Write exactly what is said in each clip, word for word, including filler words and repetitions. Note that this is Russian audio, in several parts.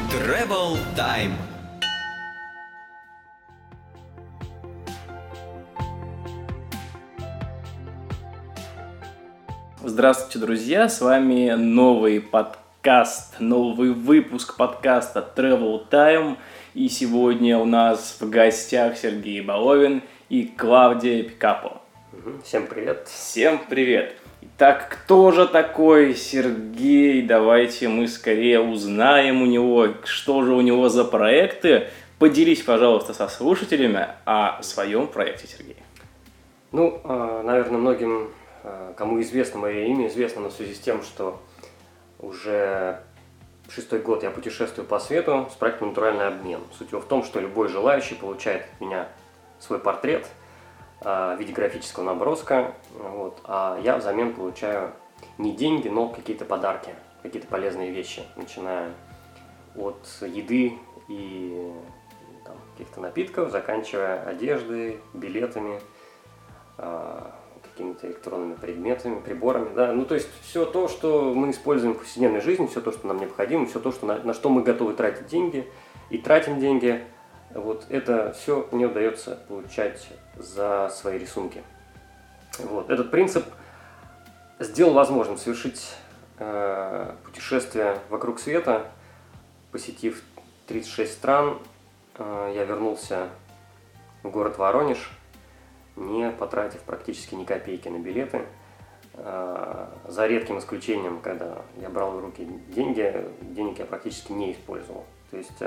Travel Time. Здравствуйте, друзья! С вами новый подкаст, новый выпуск подкаста Travel Time. И сегодня у нас в гостях Сергей Баловин и Клавдия Пикапо. Всем привет! Всем привет! Итак, кто же такой Сергей? Давайте мы скорее узнаем у него, что же у него за проекты. Поделись, пожалуйста, со слушателями о своем проекте, Сергей. Ну, наверное, многим, кому известно мое имя, известно, но в связи с тем, что уже шестой год я путешествую по свету с проектом «Натуральный обмен». Суть его в том, что любой желающий получает от меня свой портрет в виде графического наброска, вот, а я взамен получаю не деньги, но какие-то подарки, какие-то полезные вещи, начиная от еды и там, каких-то напитков, заканчивая одеждой, билетами, какими-то электронными предметами, приборами, да, ну то есть все то, что мы используем в повседневной жизни, все то, что нам необходимо, все то, что на, на что мы готовы тратить деньги и тратим деньги, вот это все мне удается получать за свои рисунки. Вот этот принцип сделал возможным совершить э, путешествие вокруг света, посетив тридцать шесть стран. Э, я вернулся в город Воронеж, не потратив практически ни копейки на билеты, за редким исключением, когда я брал в руки деньги, денег я практически не использовал. То есть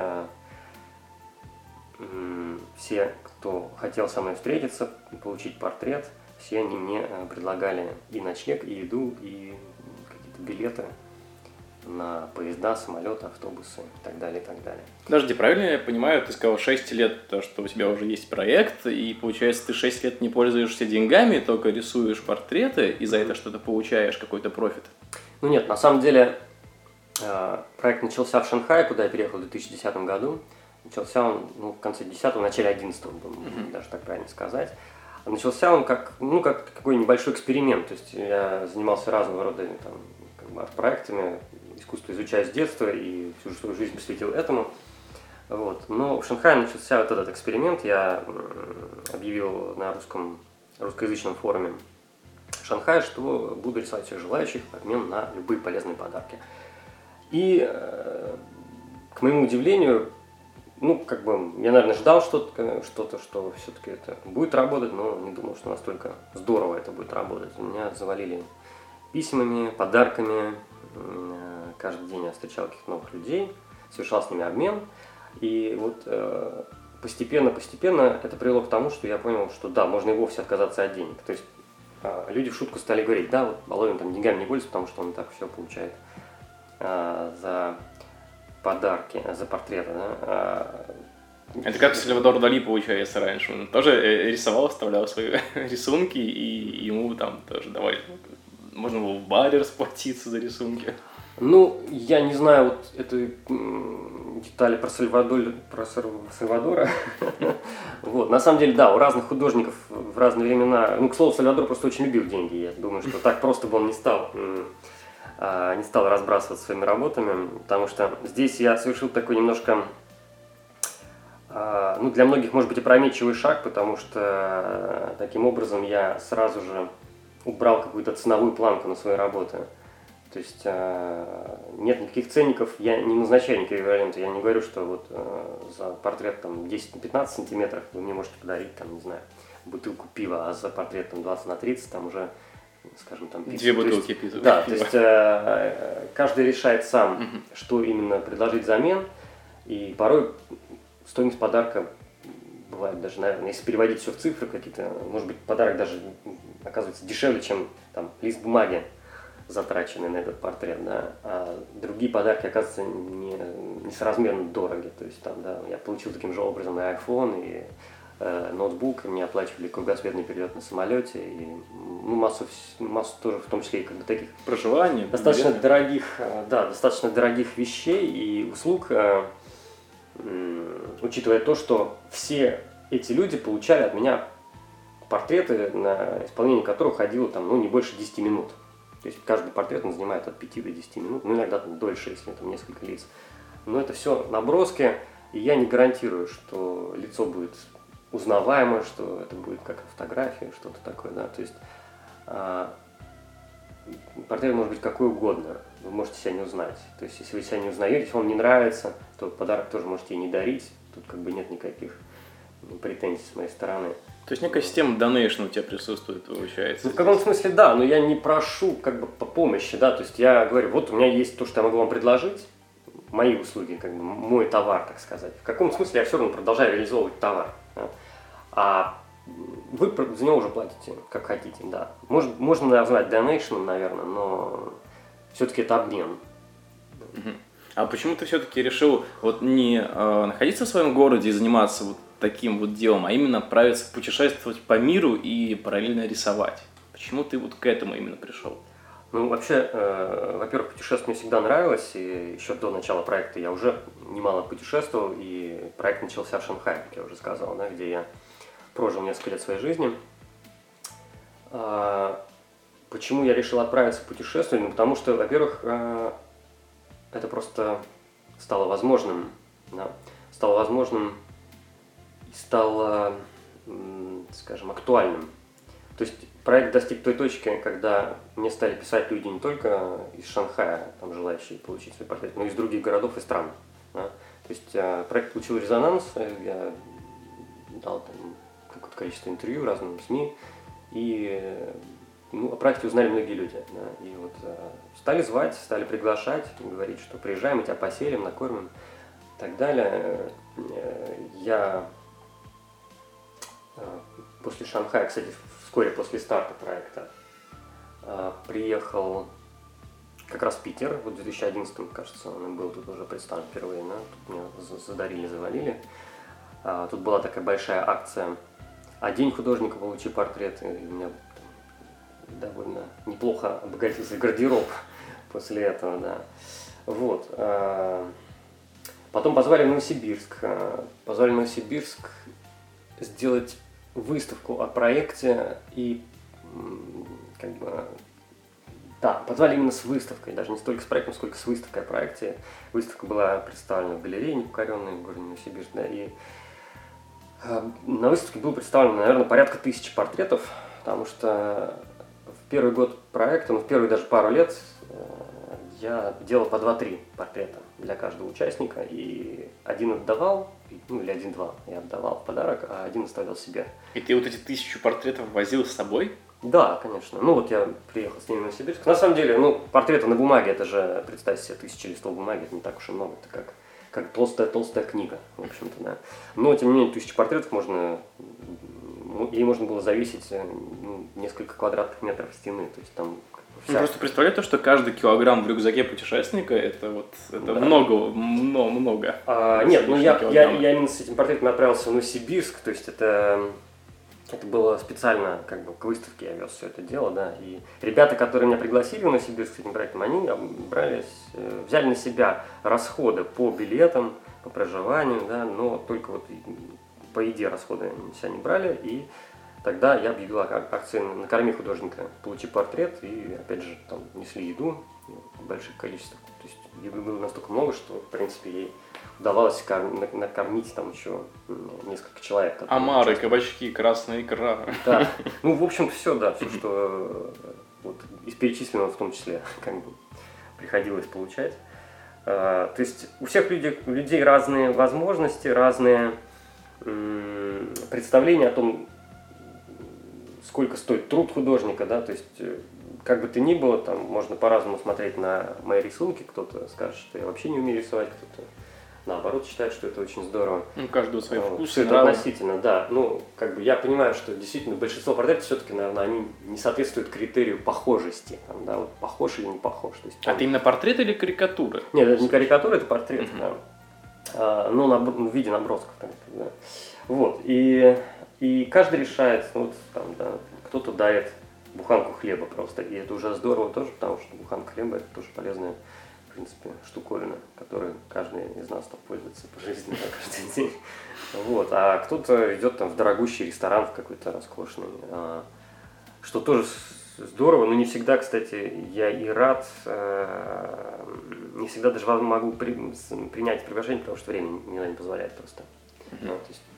все, кто хотел со мной встретиться, получить портрет, все они мне предлагали и ночлег, и еду, и какие-то билеты на поезда, самолеты, автобусы и так далее, и так далее. Подожди, правильно я понимаю, ты сказал шесть лет, то, что у тебя уже есть проект, и получается, ты шесть лет не пользуешься деньгами, только рисуешь портреты, и за это что-то получаешь, какой-то профит? Ну нет, на самом деле проект начался в Шанхае, куда я переехал в две тысячи десятом году. Начался он ну, в конце десятого, в начале одиннадцатого, mm-hmm. даже так правильно сказать. Начался он как, ну, как какой небольшой эксперимент, то есть я занимался разного рода там, как бы, арт-проектами, искусство изучаю с детства и всю свою жизнь посвятил этому. Вот. Но в Шанхае начался вот этот эксперимент. Я объявил на русском, русскоязычном форуме Шанхая, что буду рисовать всех желающих в обмен на любые полезные подарки. И, к моему удивлению, ну, как бы, я, наверное, ждал что-то, что-то, что все-таки это будет работать, но не думал, что настолько здорово это будет работать. Меня завалили письмами, подарками. Каждый день я встречал каких-то новых людей, совершал с ними обмен. И вот э, постепенно-постепенно это привело к тому, что я понял, что да, можно и вовсе отказаться от денег. То есть э, люди в шутку стали говорить, да, вот Баловин там деньгами не пользуется, потому что он так все получает э, за подарки, за портреты. Да? А, это как Сальвадор Дали, получается, раньше. Он тоже рисовал, вставлял свои рисунки, и ему там тоже давали. Можно было в баре расплатиться за рисунки. Ну, я не знаю вот эту детали про Сальвадор, про Сальвадора. Вот, на самом деле, да, у разных художников в разные времена. Ну, к слову, Сальвадор просто очень любил деньги. Я думаю, что так просто бы он не стал, не стал разбрасываться своими работами, потому что здесь я совершил такой немножко, ну, для многих, может быть, опрометчивый шаг, потому что таким образом я сразу же убрал какую-то ценовую планку на свои работы. То есть э, нет никаких ценников, я не назначаю никакие варианты, я не говорю, что вот э, за портрет там десять на пятнадцать сантиметров вы мне можете подарить, там, не знаю, бутылку пива, а за портрет там двадцать на тридцать там уже, скажем, там пицца. Две бутылки пива. Да, то есть э, каждый решает сам, uh-huh. что именно предложить взамен, и порой стоимость подарка бывает даже, наверное, если переводить все в цифры какие-то, может быть, подарок даже оказывается дешевле, чем там лист бумаги, затраченный на этот портрет, да, а другие подарки оказываются не, несоразмерно дороги, то есть там, да, я получил таким же образом и iPhone, и э, ноутбук, и мне оплачивали кругосветный перелет на самолете, и ну, массу, массу тоже, в том числе и как бы таких проживания, достаточно билеты. дорогих, да, достаточно дорогих вещей и услуг, э, э, учитывая то, что все эти люди получали от меня портреты, на исполнение которых ходило там, ну, не больше десяти минут. То есть каждый портрет он занимает от пяти до десяти минут, ну иногда там дольше, если там несколько лиц. но это все наброски, и я не гарантирую, что лицо будет узнаваемое, что это будет как фотография, что-то такое, да, то есть а, портрет может быть какой угодно, вы можете себя не узнать, то есть если вы себя не узнаете, если вам не нравится, то подарок тоже можете и не дарить, тут как бы нет никаких претензий с моей стороны. То есть некая система donation у тебя присутствует, получается? Ну, в каком смысле да, но я не прошу как бы по помощи, да, то есть я говорю, вот у меня есть то, что я могу вам предложить, мои услуги, как бы мой товар, так сказать. В каком смысле я все равно продолжаю реализовывать товар, да? А вы за него уже платите, как хотите, да. Может, можно назвать donation, наверное, но все-таки это обмен. А почему ты все-таки решил вот не э, находиться в своем городе и заниматься вот таким вот делом, а именно отправиться путешествовать по миру и параллельно рисовать? Почему ты вот к этому именно пришел? Ну, вообще, э, во-первых, путешествовать мне всегда нравилось, и еще до начала проекта я уже немало путешествовал, и проект начался в Шанхае, как я уже сказал, да, где я прожил несколько лет своей жизни. А, почему я решил отправиться в путешествие? Ну, потому что, во-первых, э, это просто стало возможным, да, стало возможным и стало, скажем, актуальным. То есть проект достиг той точки, когда мне стали писать люди не только из Шанхая, там, желающие получить свой портрет, но и из других городов и стран. Да? То есть э, проект получил резонанс, я дал там какое-то количество интервью разным СМИ, и ну, о проекте узнали многие люди. Да? И вот э, стали звать, стали приглашать, говорить, что приезжаем, мы тебя поселим, накормим и так далее. Э, я э, после Шанхая, кстати, вскоре после старта проекта, э, приехал как раз в Питер, вот в две тысячи одиннадцатом, кажется, он был тут уже представлен впервые, да? Тут меня задарили, завалили. А, тут была такая большая акция «А день художника, получи портрет», и у меня там довольно неплохо обогатился гардероб после этого, да. Вот. А, потом позвали в Новосибирск, а, позвали в Новосибирск сделать выставку о проекте и как бы да, позвали именно с выставкой, даже не столько с проектом, сколько с выставкой о проекте. Выставка была представлена в галерее непокоренной в городе Новосибирск, да, и э, на выставке было представлено, наверное, порядка тысячи портретов, потому что в первый год проекта, ну, в первые даже пару лет э, я делал по два-три портрета для каждого участника, и один отдавал, ну, или один-два я отдавал в подарок, а один оставлял себе. И ты вот эти тысячу портретов возил с собой? Да, конечно. Ну вот я приехал с ними в Новосибирск. На самом деле, ну, портреты на бумаге, это же, представьте себе, тысячи листов бумаги, это не так уж и много, это как, как толстая-толстая книга, в общем-то, да. Но, тем не менее, тысячи портретов можно, ей можно было завесить ну, несколько квадратных метров стены, то есть там... Вся... Ну, просто представляю то, что каждый килограмм в рюкзаке путешественника, это вот, это да. много, много, много. А, нет, ну я, я, я именно с этим портретом отправился в Новосибирск, то есть это... Это было специально, как бы, к выставке я вез все это дело, да, и ребята, которые меня пригласили в Новосибирск с этим проектом, они брались, взяли на себя расходы по билетам, по проживанию, да, но только вот по еде расходы они себя не брали, и тогда я объявил акции «Накорми художника, получи портрет», и опять же там несли еду в больших количествах, то есть еды было настолько много, что, в принципе, ей удавалось накормить там еще несколько человек. Омары, кабачки, красная икра. Да, ну, в общем-то, все, да, все, что вот, из перечисленного в том числе, как бы, приходилось получать. А, то есть у всех людей, людей разные возможности, разные м- представления о том, сколько стоит труд художника, да, то есть как бы то ни было, там можно по-разному смотреть на мои рисунки, кто-то скажет, что я вообще не умею рисовать, кто-то наоборот считает, что это очень здорово. Ну, каждого свои вкусы. Все это относительно, да. Ну, как бы я понимаю, что действительно большинство портретов все-таки, наверное, они не соответствуют критерию похожести. Там, да, вот похож или не похож. То есть, там... А это именно портрет или карикатура? Нет, это не карикатура, это портрет, uh-huh. да. А, ну, на, в виде набросков. Так, да. Вот. И, и каждый решает, вот, там, да, кто-то дарит буханку хлеба просто. И это уже здорово тоже, потому что буханка хлеба это тоже полезная, в принципе, штуковина, которой каждый из нас там пользуется по жизни, да, каждый день. Вот. А кто-то идет там в дорогущий ресторан, в какой-то роскошный, а, что тоже здорово, но не всегда, кстати, я и рад, а, не, всегда даже могу при, принять приглашение, потому что время иногда не позволяет просто. Mm-hmm. Ну, то есть,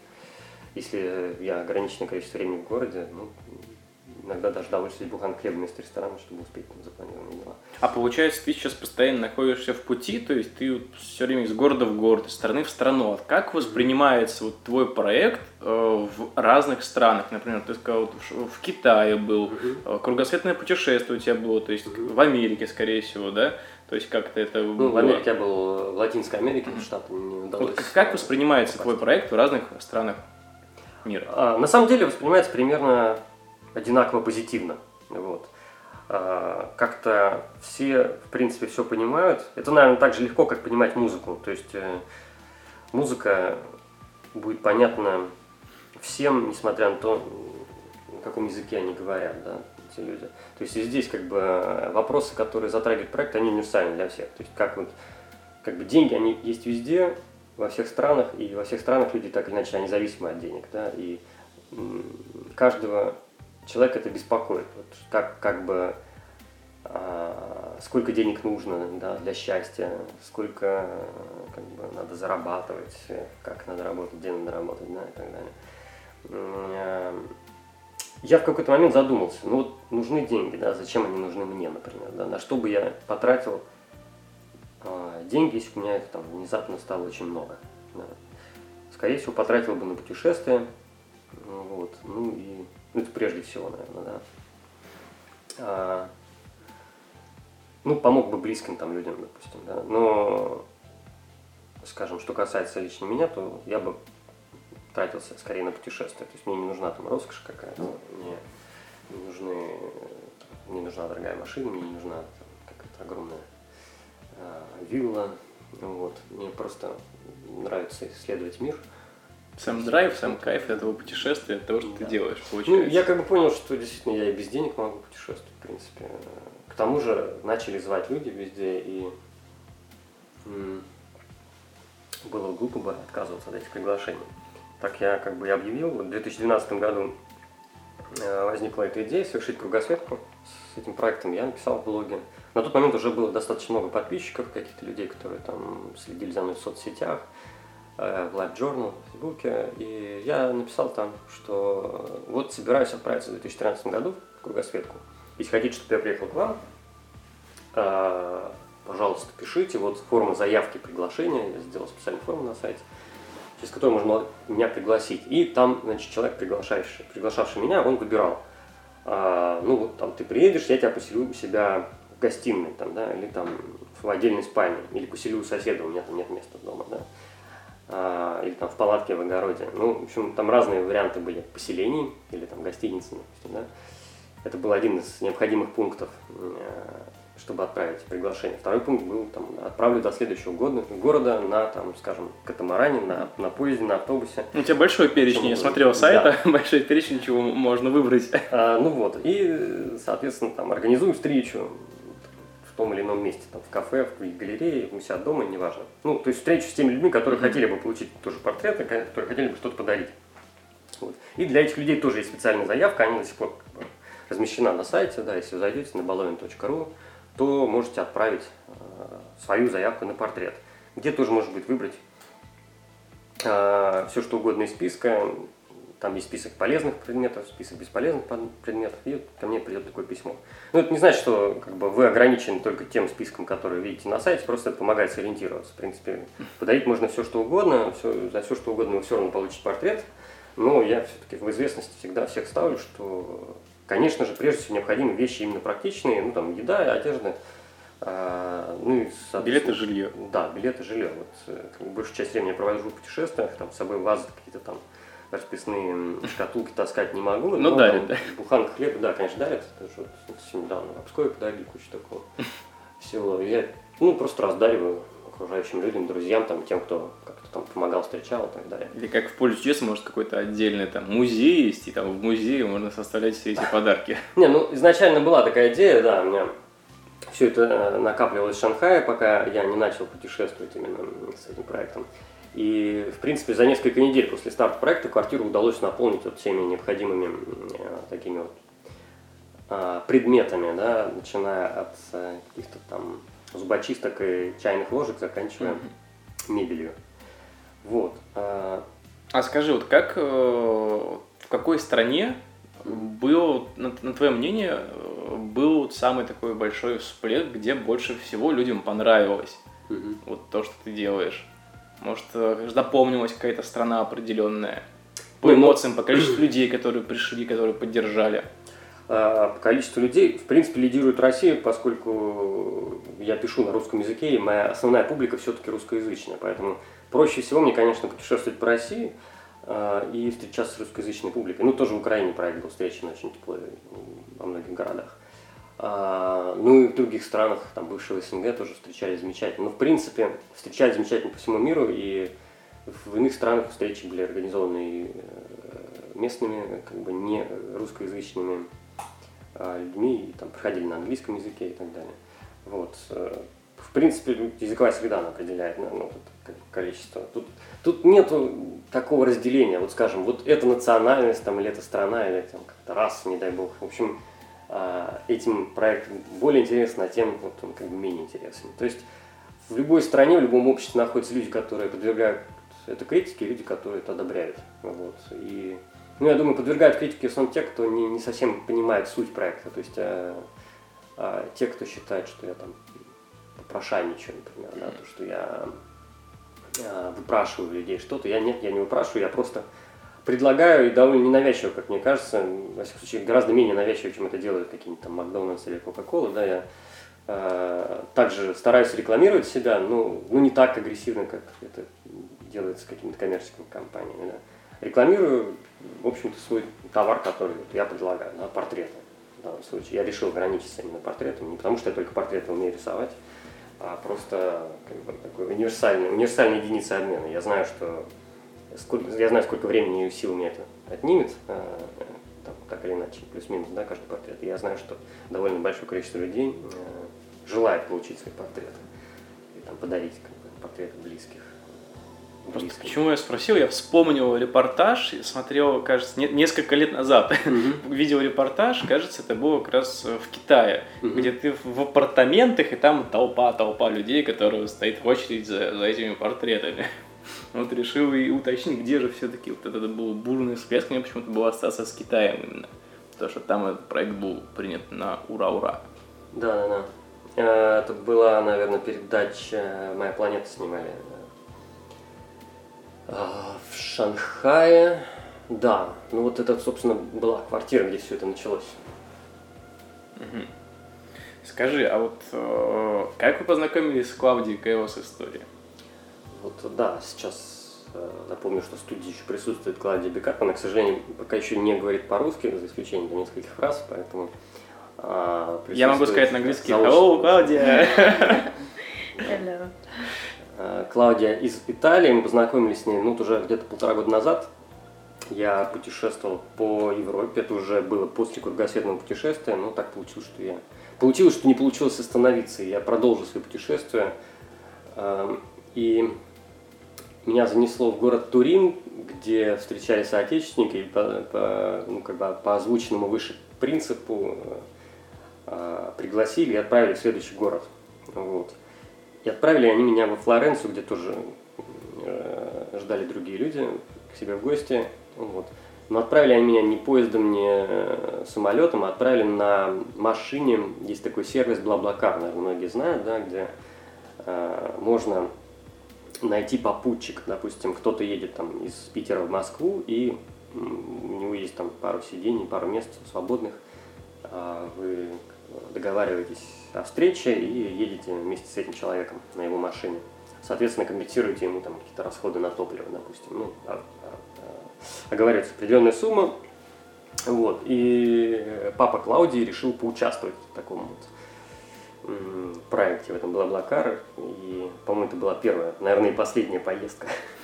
если я ограниченное количество времени в городе, ну, иногда даже довольно съесть буханку хлеба вместо ресторана, чтобы успеть там запланированные дела. А получается, ты сейчас постоянно находишься в пути, то есть ты вот все время из города в город, из страны в страну. А как воспринимается вот твой проект э, в разных странах? Например, ты сказал, в, в Китае был, uh-huh. кругосветное путешествие у тебя было, то есть uh-huh. в Америке, скорее всего, да? То есть как-то это ну, было... в Америке я был, в Латинской Америке, в Штатах не удалось. Вот как воспринимается попасть. Твой проект в разных странах мира? А, на самом деле воспринимается примерно одинаково позитивно. Вот. А, как-то все, в принципе, все понимают. Это, наверное, так же легко, как понимать музыку. То есть э, музыка будет понятна всем, несмотря на то, на каком языке они говорят, да, эти люди. То есть и здесь как бы вопросы, которые затрагивают проект, они универсальны для всех. То есть как вот, как бы деньги, они есть везде, во всех странах, и во всех странах люди так или иначе, они зависимы от денег, да, и м, каждого человека это беспокоит, вот, как, как бы, а, сколько денег нужно, да, для счастья, сколько как бы, надо зарабатывать, как надо работать, где надо работать, да, и так далее. Я в какой-то момент задумался, ну вот нужны деньги, да, зачем они нужны мне, например, да, на что бы я потратил а, деньги, если у меня их там внезапно стало очень много. Да. Скорее всего, потратил бы на путешествия, вот, ну и ну, это прежде всего, наверное, да. А, ну, помог бы близким там людям, допустим, да. Но, скажем, что касается лично меня, то я бы тратился скорее на путешествия. То есть мне не нужна там роскошь какая-то, мне не нужны, там, не нужна дорогая машина, мне не нужна там, какая-то огромная а, вилла. Вот. Мне просто нравится исследовать мир. Сам драйв, сам кайф этого путешествия, от того, что да. ты делаешь, получается. Ну, я как бы понял, что действительно я и без денег могу путешествовать, в принципе. К тому же начали звать люди везде, и м- было глупо бы отказываться от этих приглашений. Так я как бы и объявил, в две тысячи двенадцатом году возникла эта идея совершить кругосветку с этим проектом, я написал в блоге. На тот момент уже было достаточно много подписчиков, каких-то людей, которые там следили за мной в соцсетях, в Live Journal, в Фейсбуке, и я написал там, что вот собираюсь отправиться в две тысячи тринадцатом году в кругосветку. Если хотите, чтобы я приехал к вам, пожалуйста, пишите, вот форма заявки, приглашения, я сделал специальную форму на сайте, через которую можно меня пригласить. И там, значит, человек, приглашавший, приглашавший меня, он выбирал. А, ну вот там ты приедешь, я тебя поселю у себя в гостиной, там, да, или там в отдельной спальне, или поселю у соседа, у меня там нет места дома, да. А, или там в палатке в огороде. Ну, в общем, там разные варианты были поселений, или там гостиницы, допустим, да. Это был один из необходимых пунктов, чтобы отправить приглашение. Второй пункт был, там, отправлю до следующего года, города на, там, скажем, катамаране, на, на поезде, на автобусе. У тебя большой перечень, я смотрел сайта, да. Большой перечень, чего можно выбрать. А, ну вот, и, соответственно, там, организую встречу в том или ином месте, там, в кафе, в галерее, у себя дома, неважно. Ну, то есть встречу с теми людьми, которые mm-hmm. хотели бы получить тоже портреты, которые хотели бы что-то подарить. Вот. И для этих людей тоже есть специальная заявка, она до сих пор как бы размещена на сайте, да, если вы зайдете на баловин точка ру, то можете отправить э, свою заявку на портрет, где тоже можно будет выбрать э, все, что угодно из списка. Там есть список полезных предметов, список бесполезных предметов, и ко мне придет такое письмо. Ну, это не значит, что как бы, вы ограничены только тем списком, который видите на сайте, просто это помогает сориентироваться. В принципе, подарить можно все, что угодно, все, за все, что угодно вы все равно получите портрет, но я все-таки в известности всегда всех ставлю, что... Конечно же, прежде всего необходимы вещи именно практичные, ну там еда, одежда, а, ну и билеты, жилье. Да, билеты, жилье. Вот, как бы, большую часть времени я провожу в путешествиях, там с собой вазы какие-то там расписные шкатулки таскать не могу. Ну дарят, да. Буханка хлеба, да, конечно, дарят. Это же вот, совсем недавно в Обскове подарили кучу такого всего. Я ну просто раздариваю окружающим людям, друзьям, там, тем, кто как-то там помогал, встречал и так далее. Или как в «Поле чудес», может, какой-то отдельный там музей есть, и там в музее можно составлять все эти подарки. Не, ну, изначально была такая идея, да, у меня все это накапливалось в Шанхае, пока я не начал путешествовать именно с этим проектом. И, в принципе, за несколько недель после старта проекта квартиру удалось наполнить вот всеми необходимыми такими вот предметами, да, начиная от каких-то там зубочисток и чайных ложек, заканчивая mm-hmm. мебелью. Вот. А скажи, вот как, в какой стране был, на, на твое мнение, был самый такой большой всплеск, где больше всего людям понравилось mm-hmm. вот то, что ты делаешь? Может, запомнилась какая-то страна определенная? По эмоциям, по количеству людей, которые пришли, которые поддержали? По количеству людей, в принципе, лидирует Россия, поскольку я пишу на русском языке, и моя основная публика все-таки русскоязычная. Поэтому проще всего мне, конечно, путешествовать по России и встречаться с русскоязычной публикой. Ну, тоже в Украине проект был встречен очень тепло во многих городах. Ну и в других странах, там, бывшего СНГ, тоже встречались замечательно. Но, в принципе, встречались замечательно по всему миру, и в иных странах встречи были организованы местными, как бы не русскоязычными людьми, и там приходили на английском языке и так далее. Вот. В принципе, языковая среда она определяет, ну, количество. Тут, тут нету такого разделения, вот скажем, вот это национальность, там, или это страна, или там, как-то раса, не дай бог. В общем, этим проектом более интересен, а тем вот, он как бы менее интересен. То есть в любой стране, в любом обществе находятся люди, которые подвергают это критике, и люди, которые это одобряют. Вот. И, ну, я думаю, подвергают критике в основном те, кто не, не совсем понимает суть проекта. То есть а, а, те, кто считает, что я там попрошайничаю, например, да, то, что я а, выпрашиваю у людей что-то. Я нет, я не выпрашиваю, я просто предлагаю, и довольно ненавязчиво, как мне кажется, во всяком случае, гораздо менее навязчиво, чем это делают какие-нибудь там Макдональдс или Кока-Кола, да, я э, также стараюсь рекламировать себя, но ну, не так агрессивно, как это делается какими-то коммерческими компаниями, да. Рекламирую, в общем-то, свой товар, который вот, я предлагаю, да, портреты. В данном случае я решил ограничиться именно портретами, не потому что я только портреты умею рисовать, а просто как бы, такой универсальный, универсальная единица обмена. Я знаю, что Сколько, я знаю, сколько времени и сил мне это отнимет, э, там, так или иначе, плюс-минус, да, каждый портрет. И я знаю, что довольно большое количество людей э, желает получить свои портреты и там, подарить как бы, портреты близких. Просто почему я спросил, я вспомнил репортаж, смотрел, кажется, не, несколько лет назад, mm-hmm. видел репортаж, кажется, это было как раз в Китае, mm-hmm. где ты в апартаментах, и там толпа-толпа людей, которые стоят в очередь за, за этими портретами. Вот решил и уточнить, где же все-таки вот этот был бурный всплеск. Мне почему-то было остаться с Китаем именно. Потому что там этот проект был принят на ура-ура. Да, да, да. Это была, наверное, передача «Моя планета» снимали в Шанхае. Да, ну вот это, собственно, была квартира, где все это началось. Угу. Скажи, а вот э, как вы познакомились с Клаудией Chaos Story? Вот, да, сейчас э, напомню, что в студии еще присутствует Клаудия Бекап. Она, к сожалению, пока еще не говорит по-русски, за исключением нескольких фраз, поэтому... Э, Я могу сказать на английский «Hello, Клаудия!» Hello. Э, Клаудия из Италии, мы познакомились с ней ну, уже где-то полтора года назад. Я путешествовал по Европе, это уже было после кругосветного путешествия, но так получилось, что я... Получилось, что не получилось остановиться, и я продолжил свое путешествие. Э, и... Меня занесло в город Турин, где встречались соотечественники, и по, по, ну, как бы по озвученному выше принципу э, пригласили и отправили в следующий город. Вот. И отправили они меня во Флоренцию, где тоже э, ждали другие люди к себе в гости. Вот. Но отправили они меня не поездом, не самолетом, а отправили на машине. Есть такой сервис BlaBlaCar, наверное, многие знают, да, где э, можно... найти попутчик, допустим, кто-то едет там из Питера в Москву, и у него есть там пару сидений, пару мест свободных, вы договариваетесь о встрече и едете вместе с этим человеком на его машине. Соответственно, компенсируете ему там какие-то расходы на топливо, допустим, ну, оговаривается определенная сумма, вот, и папа Клаудии решил поучаствовать в таком вот проекте, в этом BlaBlaCar, и, по-моему, это была первая, наверное, и последняя поездка.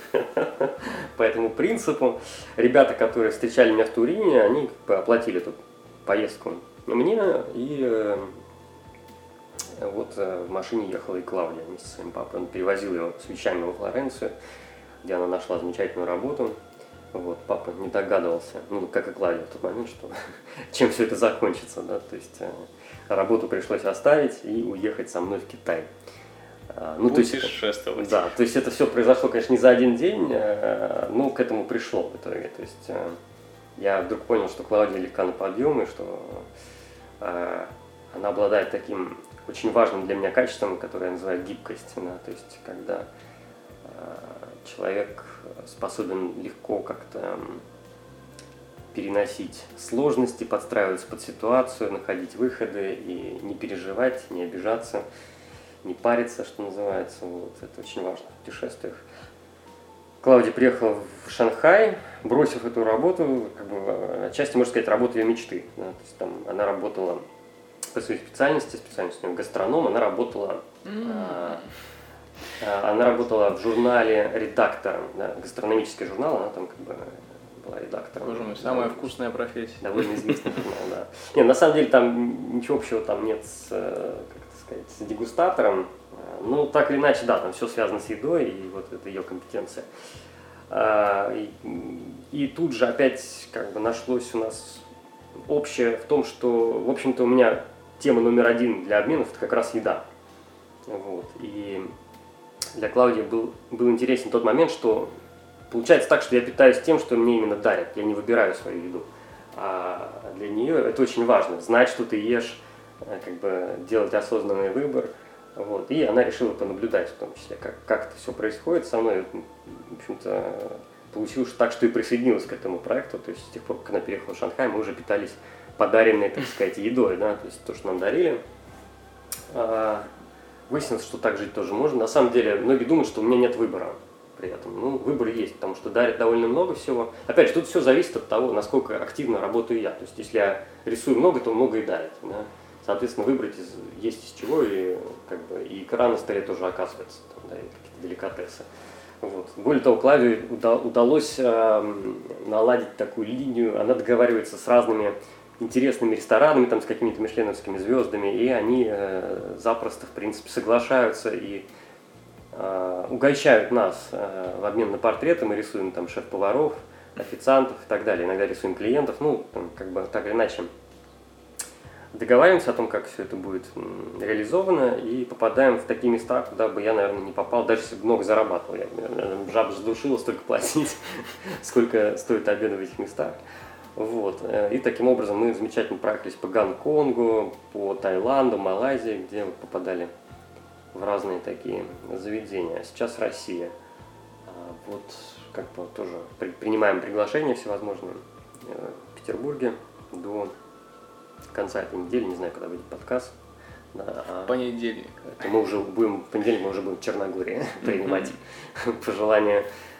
По этому принципу ребята, которые встречали меня в Турине, они как бы оплатили эту поездку мне, и вот в машине ехала и Клаудия вместе со своим папой. Он перевозил ее с вещами во Флоренцию, где она нашла замечательную работу. Вот, папа не догадывался, ну, как и Клавдия в тот момент, что чем все это закончится, да, то есть э, работу пришлось оставить и уехать со мной в Китай. А, ну, то есть, путешествовать. Да, то есть это все произошло, конечно, не за один день, э, но к этому пришло в итоге, то есть э, я вдруг понял, что Клавдия легка на подъем, и что э, она обладает таким очень важным для меня качеством, которое я называю гибкость, да, то есть когда э, человек способен легко как-то переносить сложности, подстраиваться под ситуацию, находить выходы и не переживать, не обижаться, не париться, что называется. Вот. Это очень важно в путешествиях. Клавдия приехала в Шанхай, бросив эту работу, как бы, отчасти, можно сказать, работу ее мечты. Да? То есть, там, она работала по своей специальности, специальность у нее гастроном, она работала... Mm. Она работала в журнале редактором, да, гастрономический журнал, она там как бы была редактором. Боже мой, самая вкусная профессия. Довольно известный журнал, да. Не, на самом деле там ничего общего там нет с, как это сказать, с дегустатором. Ну, так или иначе, да, там все связано с едой, и вот это ее компетенция. И, и тут же опять как бы нашлось у нас общее в том, что, в общем-то, у меня тема номер один для обменов – это как раз еда. Вот, и для Клавдии был, был интересен тот момент, что получается так, что я питаюсь тем, что мне именно дарят. Я не выбираю свою еду. А для нее это очень важно. Знать, что ты ешь, как бы делать осознанный выбор. Вот. И она решила понаблюдать в том числе, как, как это все происходит со мной. В общем-то, получилось так, что и присоединилась к этому проекту. То есть с тех пор, как она переехала в Шанхай, мы уже питались подаренной, так сказать, едой. Да? То есть то, что нам дарили. Выяснилось, что так жить тоже можно. На самом деле, многие думают, что у меня нет выбора при этом. Ну, выбор есть, потому что дарят довольно много всего. Опять же, тут все зависит от того, насколько активно работаю я. То есть, если я рисую много, то много и дарят. Да? Соответственно, выбрать из, есть из чего, и, как бы, и икра на столе тоже оказывается, там, да, и какие-то деликатесы. Вот. Более того, Клавдии уда- удалось э, наладить такую линию, она договаривается с разными интересными ресторанами, там, с какими-то мишленовскими звездами, и они э, запросто, в принципе, соглашаются и э, угощают нас э, в обмен на портреты. Мы рисуем там шеф-поваров, официантов и так далее. Иногда рисуем клиентов, ну, там, как бы так или иначе договариваемся о том, как все это будет реализовано, и попадаем в такие места, куда бы я, наверное, не попал, даже если бы много зарабатывал. Я, наверное, жаб задушила столько платить, сколько стоит обеды в этих местах. Вот. И таким образом мы замечательно проехались по Гонконгу, по Таиланду, Малайзии, где попадали в разные такие заведения. Сейчас Россия. Вот как бы тоже принимаем приглашения всевозможные в Петербурге до конца этой недели, не знаю, когда выйдет подкаст. Да, а понедельник. Это мы уже будем, в понедельник мы уже будем в Черногории принимать пожелания,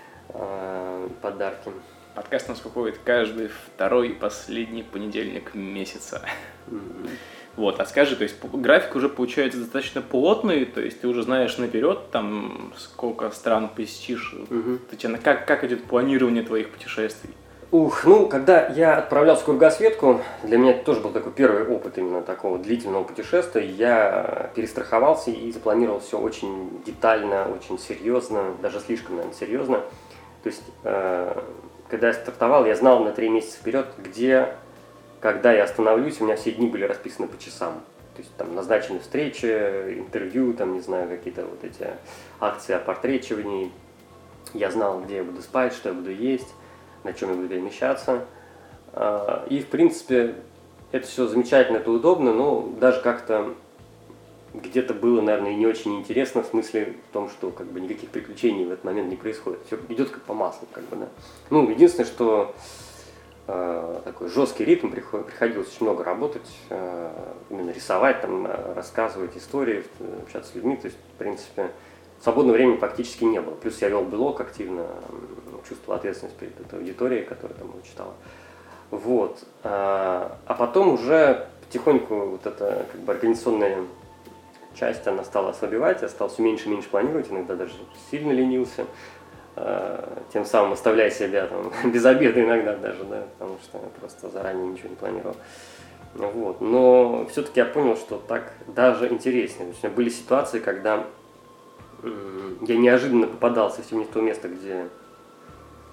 подарки. Подкаст у нас выходит каждый второй и последний понедельник месяца. Mm-hmm. Вот, а скажи, то есть график уже получается достаточно плотный, то есть ты уже знаешь наперед, там, сколько стран посетишь, mm-hmm. ты, тебе, как, как идет планирование твоих путешествий? Ух, ну, когда я отправлялся в кругосветку, для меня это тоже был такой первый опыт именно такого длительного путешествия, я перестраховался и запланировал все очень детально, очень серьезно, даже слишком, наверное, серьезно. То есть, э- когда я стартовал, я знал на три месяца вперед, где, когда я остановлюсь, у меня все дни были расписаны по часам. То есть там назначены встречи, интервью, там, не знаю, какие-то вот эти акции опортречиваний. Я знал, где я буду спать, что я буду есть, на чем я буду перемещаться. И, в принципе, это все замечательно, это удобно, но даже как-то где-то было, наверное, и не очень интересно, в смысле в том, что как бы никаких приключений в этот момент не происходит. Все идет как по маслу, как бы, да. Ну, единственное, что э, такой жесткий ритм, приход, приходилось очень много работать, э, именно рисовать, там, рассказывать истории, общаться с людьми, то есть, в принципе, свободного времени практически не было. Плюс я вел блог активно, чувствовал ответственность перед этой аудиторией, которая там его читала. Вот. А, а потом уже потихоньку вот эта как бы организационная часть, она стала ослабевать, я стал все меньше и меньше планировать, иногда даже сильно ленился, тем самым оставляя себя там, без обеда иногда даже, да, потому что я просто заранее ничего не планировал. Вот. Но все-таки я понял, что так даже интереснее. То есть, были ситуации, когда я неожиданно попадал совсем не в то место, где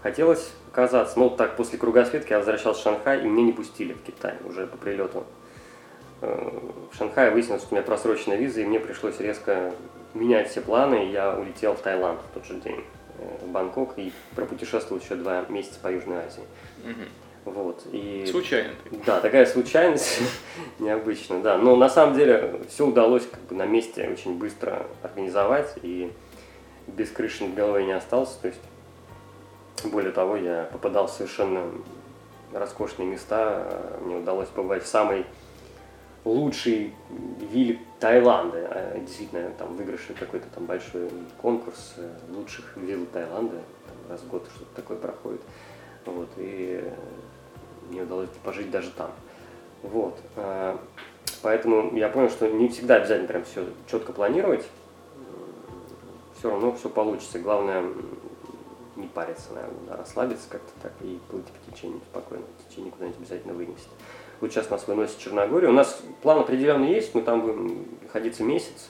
хотелось оказаться. Ну, так, после кругосветки я возвращался в Шанхай, и меня не пустили в Китай уже по прилету. В Шанхае выяснилось, что у меня просроченная виза, и мне пришлось резко менять все планы, и я улетел в Таиланд в тот же день, в Бангкок, и пропутешествовал еще два месяца по Южной Азии. Угу. Вот, и... Случайно. Да, такая случайность, необычно, да. Но на самом деле все удалось как бы на месте очень быстро организовать, и без крыши над головой не остался. То есть, более того, я попадал в совершенно роскошные места. Мне удалось побывать в самой лучшей вилле Таиланда. Действительно, там выигрышный какой-то там большой конкурс лучших вилл Таиланда. Там раз в год что-то такое проходит. Вот, и мне удалось пожить даже там. Вот. Поэтому я понял, что не всегда обязательно прям все четко планировать. Все равно все получится. Главное не париться, наверное, да, расслабиться как-то так и плыть по течению спокойно. Течение куда-нибудь обязательно вынесет. Вот сейчас нас выносит Черногория. У нас план определенный есть, мы там будем находиться месяц,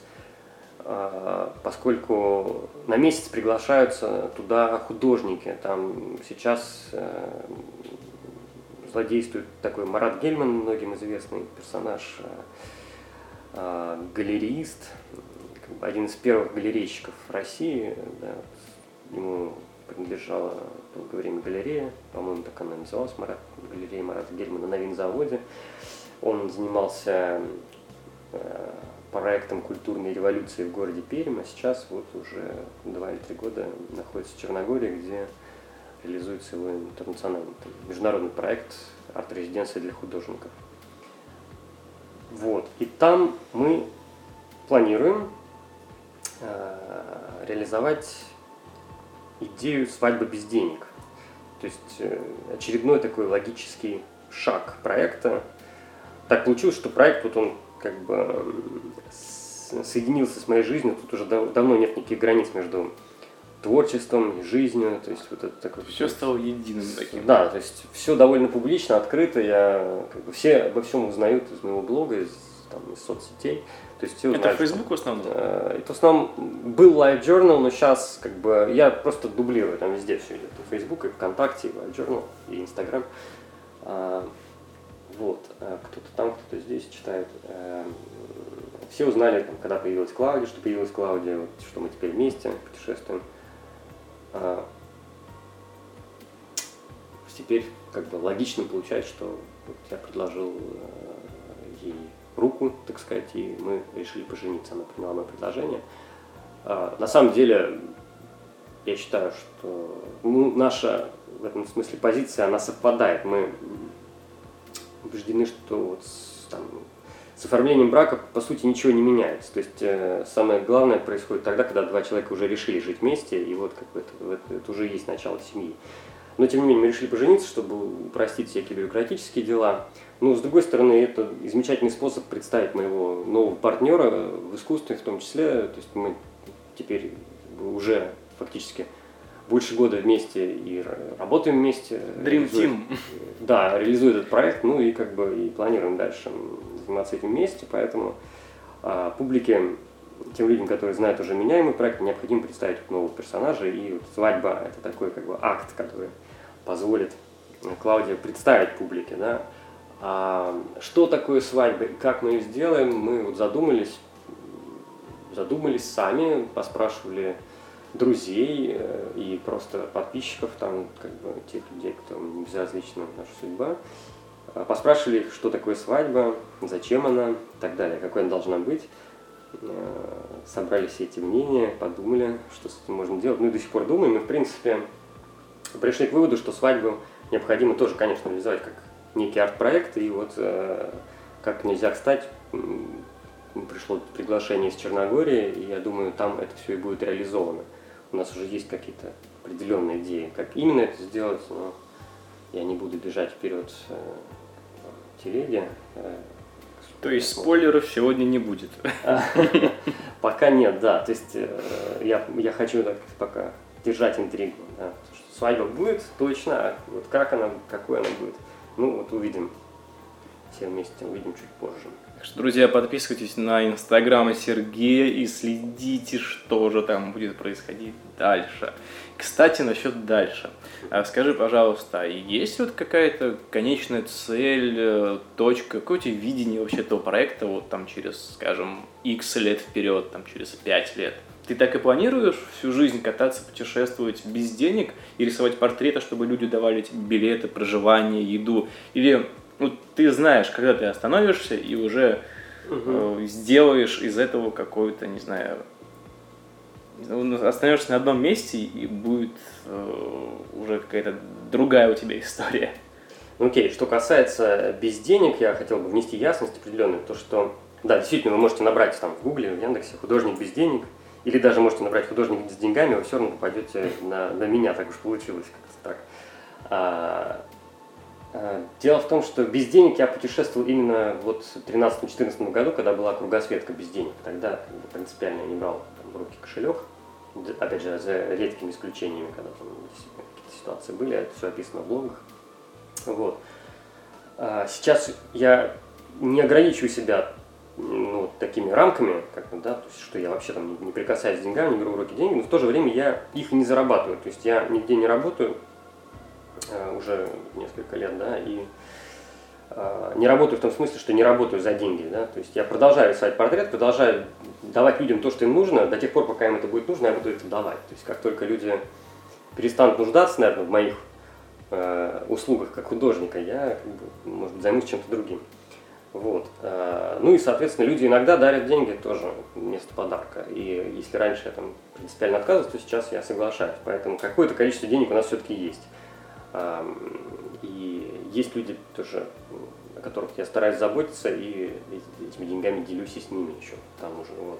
поскольку на месяц приглашаются туда художники. Там сейчас злодействует такой Марат Гельман, многим известный персонаж, галерист, один из первых галерейщиков России. Да, ему принадлежала долгое время галерея, по-моему, так она называлась, Марат, галерея Марата Гельмана на винзаводе. Он занимался э, проектом культурной революции в городе Пермь, а сейчас вот уже два или три года находится в Черногории, где реализуется его интернациональный, там, международный проект арт-резиденция для художников. Вот. И там мы планируем э, реализовать идею свадьбы без денег. То есть э, очередной такой логический шаг проекта. Так получилось, что проект вот он как бы с, соединился с моей жизнью. Тут уже дав, давно нет никаких границ между творчеством и жизнью. То есть вот это такое. Все стало единым таким. Да, то есть все довольно публично, открыто. Я как бы все обо всем узнают из моего блога, из, там, из соцсетей. То есть все это узнают, Facebook в основном? Э, это в основном был LiveJournal, но сейчас как бы я просто дублирую, там везде все идет. И Facebook, и ВКонтакте, и LiveJournal, и Instagram. А, вот, а кто-то там, кто-то здесь читает. А, все узнали, там, когда появилась Клаудия, что появилась Клаудия, вот, что мы теперь вместе путешествуем. А, теперь как бы логично получается, что вот я предложил ей руку, так сказать, и мы решили пожениться. Она приняла мое предложение. А, на самом деле, я считаю, что ну, наша в этом смысле позиция, она совпадает. Мы убеждены, что вот с, там, с оформлением брака, по сути, ничего не меняется. То есть, э, самое главное происходит тогда, когда два человека уже решили жить вместе, и вот как бы это, это, это уже есть начало семьи. Но, тем не менее, мы решили пожениться, чтобы упростить всякие бюрократические дела. Но, с другой стороны, это замечательный способ представить моего нового партнера в искусстве в том числе. То есть мы теперь уже фактически больше года вместе и работаем вместе. Dream Team. Да, реализуем этот проект, ну и как бы и планируем дальше заниматься этим вместе. Поэтому а, публике, тем людям, которые знают уже меня и мой проект, необходимо представить нового персонажа. И вот свадьба – это такой как бы акт, который позволит Клаудии представить публике. Да? А что такое свадьба и как мы ее сделаем, мы вот задумались, задумались сами, поспрашивали друзей и просто подписчиков, там, как бы, тех людей, кто не безразлична наша судьба. Поспрашивали их, что такое свадьба, зачем она и так далее, какой она должна быть. Собрали все эти мнения, подумали, что с этим можно делать. Ну и до сих пор думаем, и в принципе пришли к выводу, что свадьбу необходимо тоже, конечно, реализовать как некий арт-проект. И вот как нельзя кстати, пришло приглашение из Черногории, и я думаю, там это все и будет реализовано. У нас уже есть какие-то определенные идеи, как именно это сделать, но я не буду бежать вперед в телеге. То есть спойлеров сегодня не будет? Пока нет, да. То есть я, я хочу так, пока держать интригу. Да. Свадьба будет точно, а вот как она, какой она будет, ну вот увидим. Все вместе увидим чуть позже. Так что, друзья, подписывайтесь на инстаграм Сергея и следите, что же там будет происходить дальше. Кстати, насчет дальше. Скажи, пожалуйста, есть вот какая-то конечная цель, точка, какое-то видение вообще этого проекта вот там через, скажем, X лет вперед, там через пять лет? Ты так и планируешь всю жизнь кататься, путешествовать без денег и рисовать портреты, чтобы люди давали тебе билеты, проживание, еду? Или ну, ты знаешь, когда ты остановишься и уже угу. э, сделаешь из этого какой-то, не знаю, остановишься на одном месте и будет э, уже какая-то другая у тебя история. Окей, okay. Что касается без денег, я хотел бы внести ясность определенную, то что, да, действительно, вы можете набрать там в Гугле, в Яндексе художник без денег, или даже можете набрать художник с деньгами, вы все равно попадете на, на меня, так уж получилось как-то так. А, а, дело в том, что без денег я путешествовал именно вот в тринадцатом-четырнадцатом году, когда была кругосветка без денег. Тогда как бы, принципиально я не брал там, в руки кошелек. Опять же, за редкими исключениями, когда там какие-то ситуации были, это все описано в блогах. Вот. А сейчас я не ограничиваю себя ну, такими рамками, как, да, то есть, что я вообще там не, не прикасаюсь к деньгам, не беру в руки деньги, но в то же время я их не зарабатываю. То есть я нигде не работаю а, уже несколько лет, да, и а, не работаю в том смысле, что не работаю за деньги, да, то есть я продолжаю рисовать портрет, продолжаю давать людям то, что им нужно, до тех пор, пока им это будет нужно, я буду это давать. То есть как только люди перестанут нуждаться, наверное, в моих э, услугах как художника, я, как бы, может быть, займусь чем-то другим. Вот. Э, ну и, соответственно, люди иногда дарят деньги тоже вместо подарка. И если раньше я там принципиально отказывался, то сейчас я соглашаюсь. Поэтому какое-то количество денег у нас все-таки есть. Э, и есть люди тоже, о которых я стараюсь заботиться, и этими деньгами делюсь и с ними еще там уже. Вот.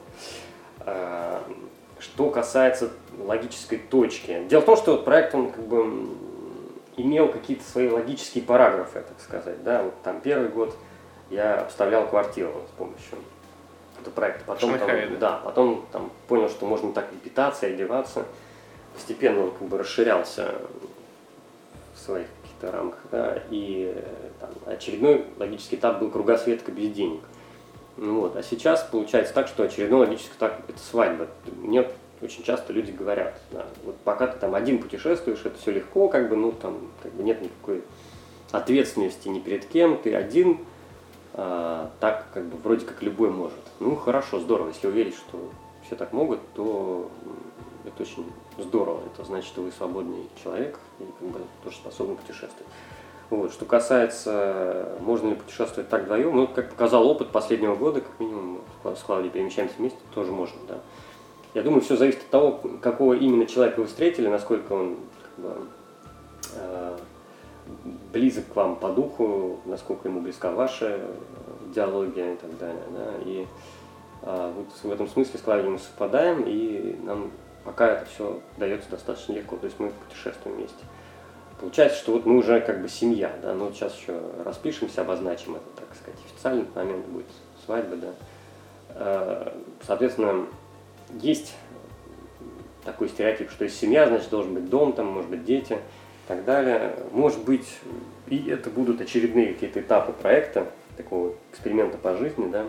А, что касается логической точки. Дело в том, что проект, он как бы имел какие-то свои логические параграфы, так сказать. Да? Вот там первый год я обставлял квартиру с помощью этого проекта. Потом, там, да, потом там, понял, что можно так и питаться, и одеваться. Постепенно он как бы расширялся в своих рамках, да, и там, очередной логический этап был кругосветка без денег. Ну, вот. А сейчас получается так, что очередной логический этап – это свадьба. Мне очень часто люди говорят, да, вот пока ты там один путешествуешь, это все легко, как бы, ну, там, как бы нет никакой ответственности ни перед кем, ты один, а, так, как бы, вроде как любой может. Ну, хорошо, здорово, если вы верите, что все так могут, то это очень здорово, это значит, что вы свободный человек и как бы тоже способны путешествовать. Вот. Что касается, можно ли путешествовать так вдвоем, ну, как показал опыт последнего года, как минимум с Клавдией перемещаемся вместе, тоже можно, да. Я думаю, все зависит от того, какого именно человека вы встретили, насколько он как бы, э, близок к вам по духу, насколько ему близка ваша идеология и так далее, да. И э, вот в этом смысле с Клавдией мы совпадаем, и нам пока это все дается достаточно легко, то есть мы путешествуем вместе. Получается, что вот мы уже как бы семья, да, но вот сейчас еще распишемся, обозначим это, так сказать, официальный момент будет свадьба, да. Соответственно, есть такой стереотип, что если семья, значит, должен быть дом, там, может быть, дети и так далее. Может быть, и это будут очередные какие-то этапы проекта, такого эксперимента по жизни, да.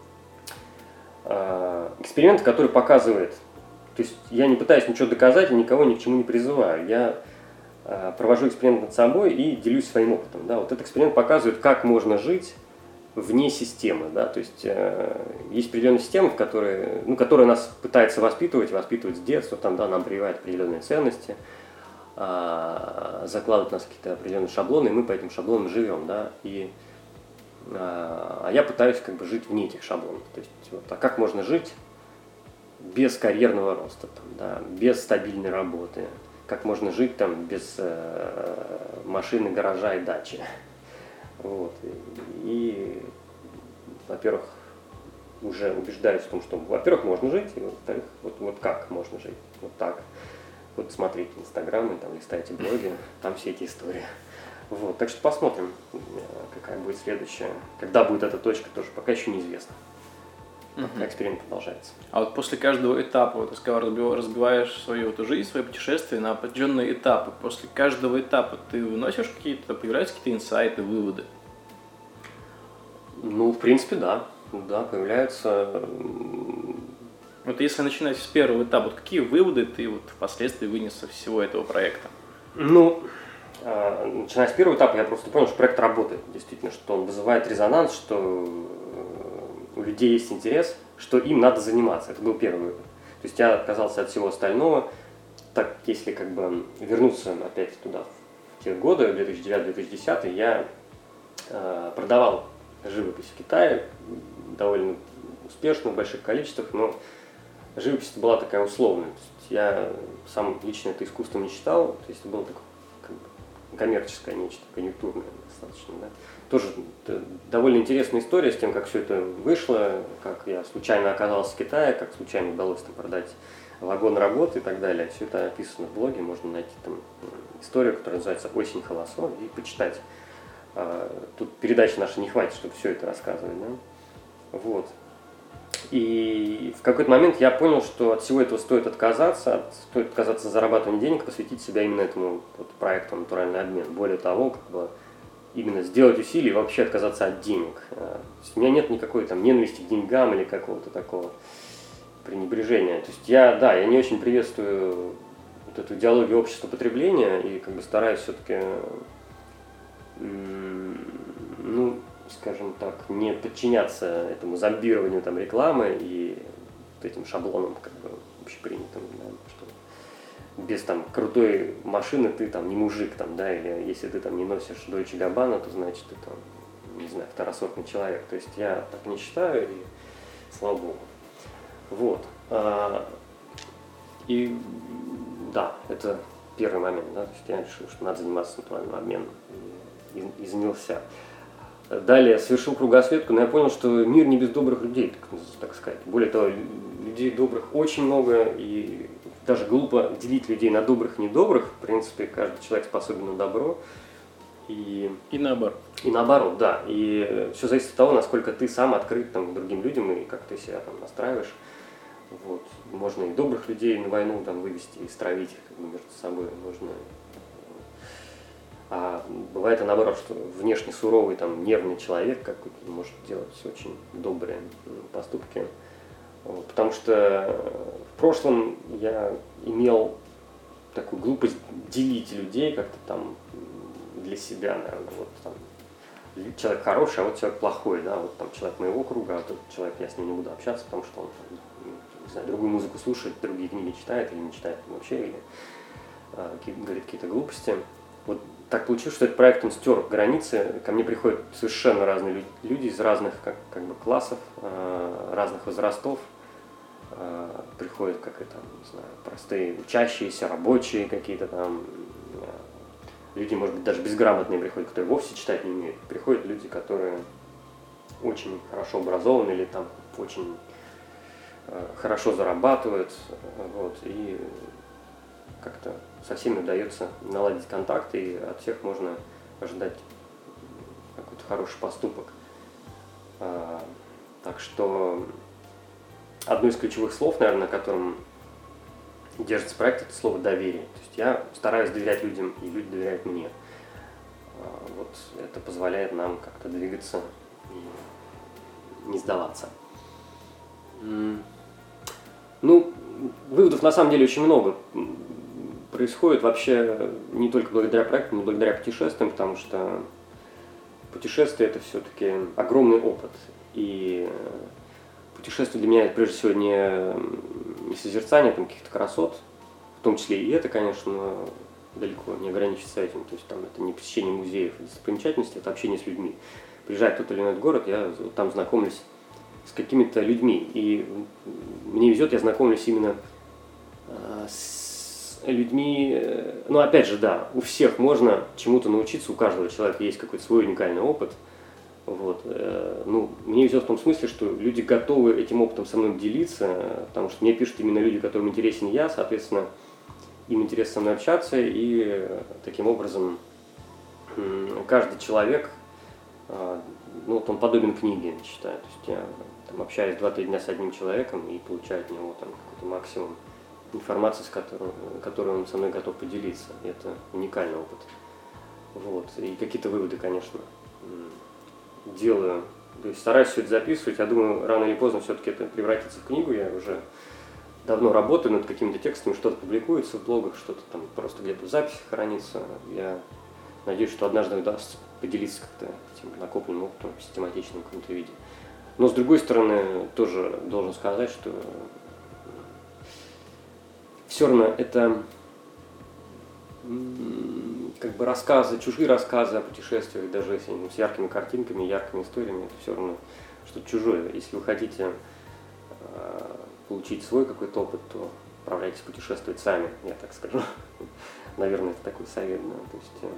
Эксперимент, который показывает. То есть я не пытаюсь ничего доказать и никого ни к чему не призываю. Я э, провожу эксперимент над собой и делюсь своим опытом. Да? Вот этот эксперимент показывает, как можно жить вне системы. Да? То есть э, есть определенные системы, в которые, ну, которые нас пытаются воспитывать, воспитывать с детства, там, да, нам прививают определенные ценности, э, закладывают в нас какие-то определенные шаблоны, и мы по этим шаблонам живем. Да? И, э, а я пытаюсь как бы жить вне этих шаблонов. То есть, вот, а как можно жить без карьерного роста, там, да, без стабильной работы, как можно жить там без э, машины, гаража и дачи. Вот. И, и, во-первых, уже убеждаюсь в том, что, во-первых, можно жить, и, во-вторых, вот, вот как можно жить, вот так. Вот смотрите инстаграмы, там листайте блоги, там все эти истории. Вот. Так что посмотрим, какая будет следующая, когда будет эта точка, тоже пока еще неизвестно. Пока эксперимент продолжается. А вот после каждого этапа, вот, ты сказал, разбиваешь свою вот жизнь, свои путешествия на определенные этапы. После каждого этапа ты выносишь какие-то, появляются какие-то инсайты, выводы? Ну, в принципе, да. Да, появляются. Вот если начинать с первого этапа, вот какие выводы ты вот впоследствии вынес из всего этого проекта? Ну, начиная с первого этапа, я просто понял, что проект работает, действительно, что он вызывает резонанс, что у людей есть интерес, что им надо заниматься. Это был первый вывод. То есть я отказался от всего остального. Так, если как бы вернуться опять туда, в те годы, две тысячи девятый - две тысячи десятый, я э, продавал живопись в Китае довольно успешно, в больших количествах, но живопись была такая условная. То есть я сам лично это искусством не считал, то есть это было такое как бы коммерческое нечто, конъюнктурное достаточно. Да. Тоже довольно интересная история с тем, как все это вышло, как я случайно оказался в Китае, как случайно удалось там продать вагон работы и так далее. Все это описано в блоге, можно найти там историю, которая называется «Осень Холосо» и почитать. Тут передачи нашей не хватит, чтобы все это рассказывать. Да? Вот. И в какой-то момент я понял, что от всего этого стоит отказаться, стоит отказаться от зарабатывания денег, посвятить себя именно этому вот проекту «Натуральный обмен». Более того, как бы именно сделать усилия и вообще отказаться от денег. У меня нет никакой там ненависти к деньгам или какого-то такого пренебрежения. То есть я, да, я не очень приветствую вот эту идеологию общества потребления и как бы стараюсь все-таки, ну, скажем так, не подчиняться этому зомбированию там рекламы и вот этим шаблонам как бы общепринятым, да, что без там крутой машины ты там не мужик там, да, или если ты там не носишь Дольче Габбана, то значит ты там, не знаю, второсортный человек. То есть я так не считаю, и слава богу. Вот. И да, это первый момент, да, то есть я решил, что надо заниматься натуральным обменом, и, и занялся. Далее совершил кругосветку, но я понял, что мир не без добрых людей, так, так сказать. Более того, людей добрых очень много, и даже глупо делить людей на добрых и недобрых. В принципе, каждый человек способен на добро. И, и наоборот. И наоборот, да. И все зависит от того, насколько ты сам открыт там, к другим людям и как ты себя там настраиваешь. Вот. Можно и добрых людей на войну там, вывести и стравить их как бы, между собой. Можно... А бывает и наоборот, что внешне суровый, там, нервный человек какой-то может делать очень добрые поступки. Вот. Потому что в прошлом я имел такую глупость делить людей как-то там для себя, наверное. Вот, там, человек хороший, а вот человек плохой, да, вот там человек моего круга, а тот человек, я с ним не буду общаться, потому что он там, не знаю, другую музыку слушает, другие книги читает или не читает вообще, или а, говорит какие-то глупости. Вот так получилось, что этот проект, он стер границы, ко мне приходят совершенно разные люди из разных как, как бы классов, а, разных возрастов, а, приходят, как это, не знаю, простые учащиеся, рабочие какие-то там, люди, может быть, даже безграмотные приходят, которые вовсе читать не умеют. Приходят люди, которые очень хорошо образованы или там очень э, хорошо зарабатывают, вот, и как-то со всеми удается наладить контакт, и от всех можно ожидать какой-то хороший поступок. А, так что одно из ключевых слов, наверное, на котором держится проект, это слово доверие. То есть я стараюсь доверять людям, и люди доверяют мне. Вот это позволяет нам как-то двигаться и не сдаваться. Ну, выводов на самом деле очень много. Происходит вообще не только благодаря проекту, но и благодаря путешествиям, потому что путешествие – это все-таки огромный опыт. И путешествие для меня это прежде всего не, не созерцание там, каких-то красот, в том числе и это, конечно, но далеко не ограничивается этим. То есть там это не посещение музеев и достопримечательностей, это общение с людьми. Приезжая в тот или иной город, я там знакомлюсь с какими-то людьми. И мне везет, я знакомлюсь именно с людьми. Ну, опять же, да, у всех можно чему-то научиться, у каждого человека есть какой-то свой уникальный опыт. Вот. Ну, мне везет в том смысле, что люди готовы этим опытом со мной делиться, потому что мне пишут именно люди, которым интересен я, соответственно, им интересно со мной общаться, и таким образом каждый человек, ну, вот он подобен книге, я считаю. То есть я там, общаюсь два-три дня с одним человеком и получаю от него там какой-то максимум информации, с которой, которой он со мной готов поделиться. И это уникальный опыт. Вот. И какие-то выводы, конечно, делаю То есть стараюсь все это записывать. Я думаю, рано или поздно все-таки это превратится в книгу. Я уже давно работаю над какими-то текстами, что-то публикуется в блогах, что-то там просто где-то в записи хранится. Я надеюсь, что однажды удастся поделиться как-то этим накопленным опытом в систематичном каком-то виде. Но с другой стороны, тоже должен сказать, что все равно это как бы рассказы, чужие рассказы о путешествиях, даже если с яркими картинками, яркими историями, это все равно что-то чужое. Если вы хотите э, получить свой какой-то опыт, то отправляйтесь путешествовать сами, я так скажу. Наверное, это такой совет. Да? То есть, э,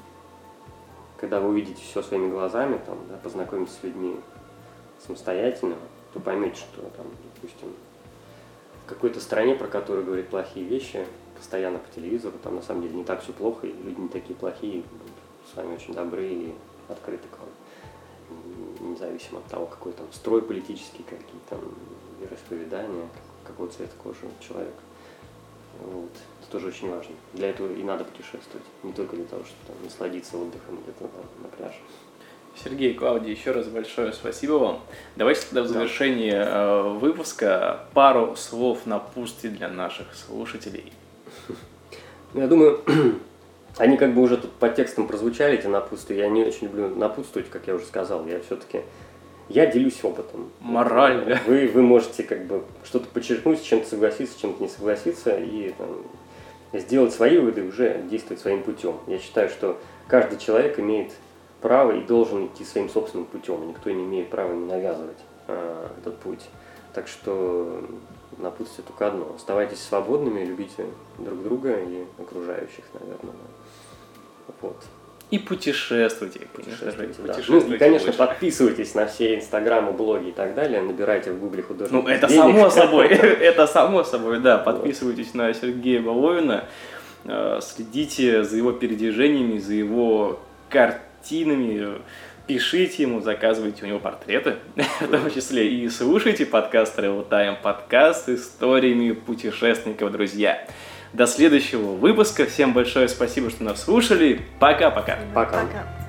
когда вы увидите все своими глазами, там, да, познакомитесь с людьми самостоятельно, то поймете, что там, допустим, в какой-то стране, про которую говорят плохие вещи, постоянно по телевизору, там на самом деле не так все плохо, и люди не такие плохие, с вами очень добры и открыты к вам, независимо от того, какой там строй политический, какие там вероисповедания, какого цвета кожи человек. Вот. Это тоже очень важно. Для этого и надо путешествовать, не только для того, чтобы там насладиться отдыхом где-то там на пляже. Сергей, Клавдий, еще раз большое спасибо вам. Давайте тогда в завершении да. выпуска пару слов напутствий для наших слушателей. Я думаю, они как бы уже тут по текстам прозвучали, эти напутствия. Я не очень люблю напутствовать, как я уже сказал. Я все-таки, я делюсь опытом. Мораль, да? Вы, вы можете как бы что-то подчеркнуть, с чем-то согласиться, с чем-то не согласиться и там, сделать свои выводы, уже действовать своим путем. Я считаю, что каждый человек имеет право и должен идти своим собственным путем. Никто не имеет права не навязывать а, этот путь. Так что напутствие только одно. Оставайтесь свободными, любите друг друга и окружающих, наверное. Вот. И путешествуйте. Путешествуйте, да. Путешествуйте. Ну и, конечно, больше. Подписывайтесь на все инстаграмы, блоги и так далее. Набирайте в гугле художник. Ну, это само собой. Это само собой, да. Подписывайтесь на Сергея Воловина. Следите за его передвижениями, за его картинами. Пишите ему, заказывайте у него портреты, в том числе, и слушайте подкаст Travel Time, подкаст с историями путешественников, друзья. До следующего выпуска. Всем большое спасибо, что нас слушали. Пока-пока. Пока. Пока.